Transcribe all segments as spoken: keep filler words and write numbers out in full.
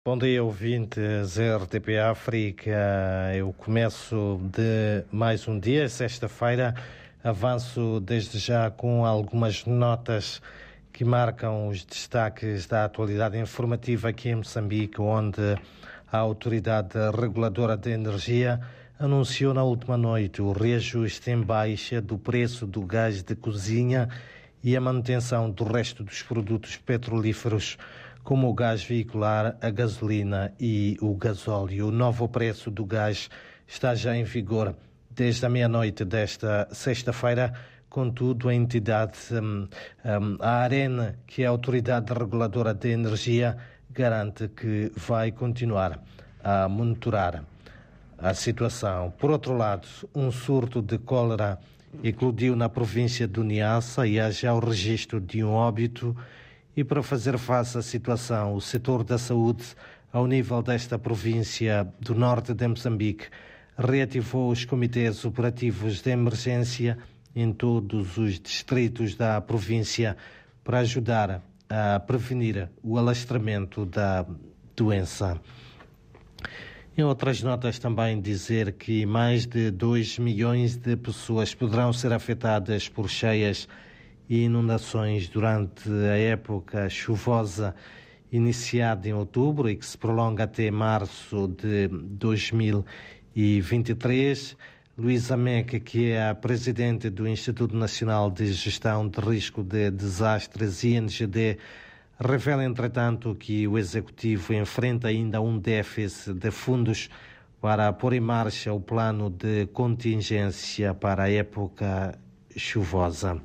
Bom dia, ouvintes R T P África. Eu começo de mais um dia, sexta-feira. Avanço desde já com algumas notas que marcam os destaques da atualidade informativa aqui em Moçambique, onde a Autoridade Reguladora de Energia anunciou na última noite o reajuste em baixa do preço do gás de cozinha e a manutenção do resto dos produtos petrolíferos, como o gás veicular, a gasolina e o gasóleo. O novo preço do gás está já em vigor desde a meia-noite desta sexta-feira. Contudo, a entidade, um, um, a AREN, que é a Autoridade Reguladora de Energia, garante que vai continuar a monitorar a situação. Por outro lado, um surto de cólera eclodiu na província do Niassa e há já o registro de um óbito. E para fazer face à situação, o setor da saúde, ao nível desta província do norte de Moçambique, reativou os comitês operativos de emergência em todos os distritos da província para ajudar a prevenir o alastramento da doença. Em outras notas também dizer que mais de dois milhões de pessoas poderão ser afetadas por cheias e inundações durante a época chuvosa iniciada em outubro e que se prolonga até março de dois mil e vinte e três. Luísa Meca, que é a presidente do Instituto Nacional de Gestão de Risco de Desastres, I N G D, revela, entretanto, que o Executivo enfrenta ainda um déficit de fundos para pôr em marcha o plano de contingência para a época chuvosa.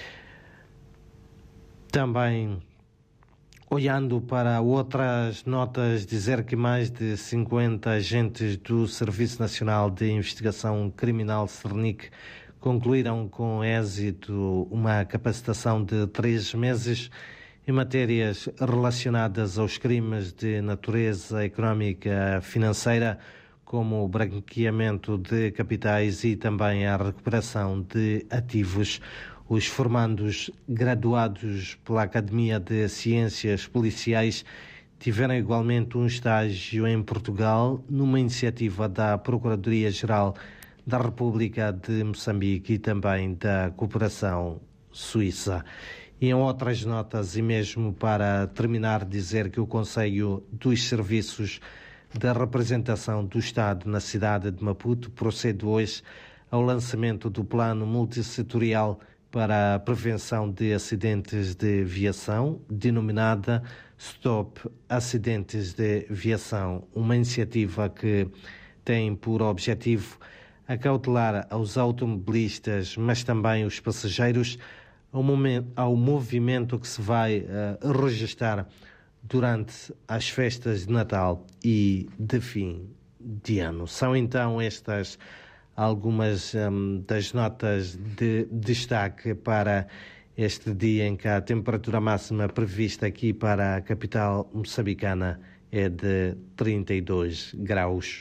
Também, olhando para outras notas, dizer que mais de cinquenta agentes do Serviço Nacional de Investigação Criminal, SERNIC, concluíram com êxito uma capacitação de três meses em matérias relacionadas aos crimes de natureza económica financeira, como o branqueamento de capitais e também a recuperação de ativos. Os formandos graduados pela Academia de Ciências Policiais tiveram igualmente um estágio em Portugal, numa iniciativa da Procuradoria-Geral da República de Moçambique e também da Cooperação Suíça. E em outras notas, e mesmo para terminar, dizer que o Conselho dos Serviços da Representação do Estado na cidade de Maputo procede hoje ao lançamento do Plano Multissetorial para a prevenção de acidentes de viação, denominada Stop Acidentes de Viação, uma iniciativa que tem por objetivo acautelar aos automobilistas, mas também os passageiros, ao, momento, ao movimento que se vai uh, registrar durante as festas de Natal e de fim de ano. São então estas algumas um, das notas de destaque para este dia em que a temperatura máxima prevista aqui para a capital moçambicana é de trinta e dois graus.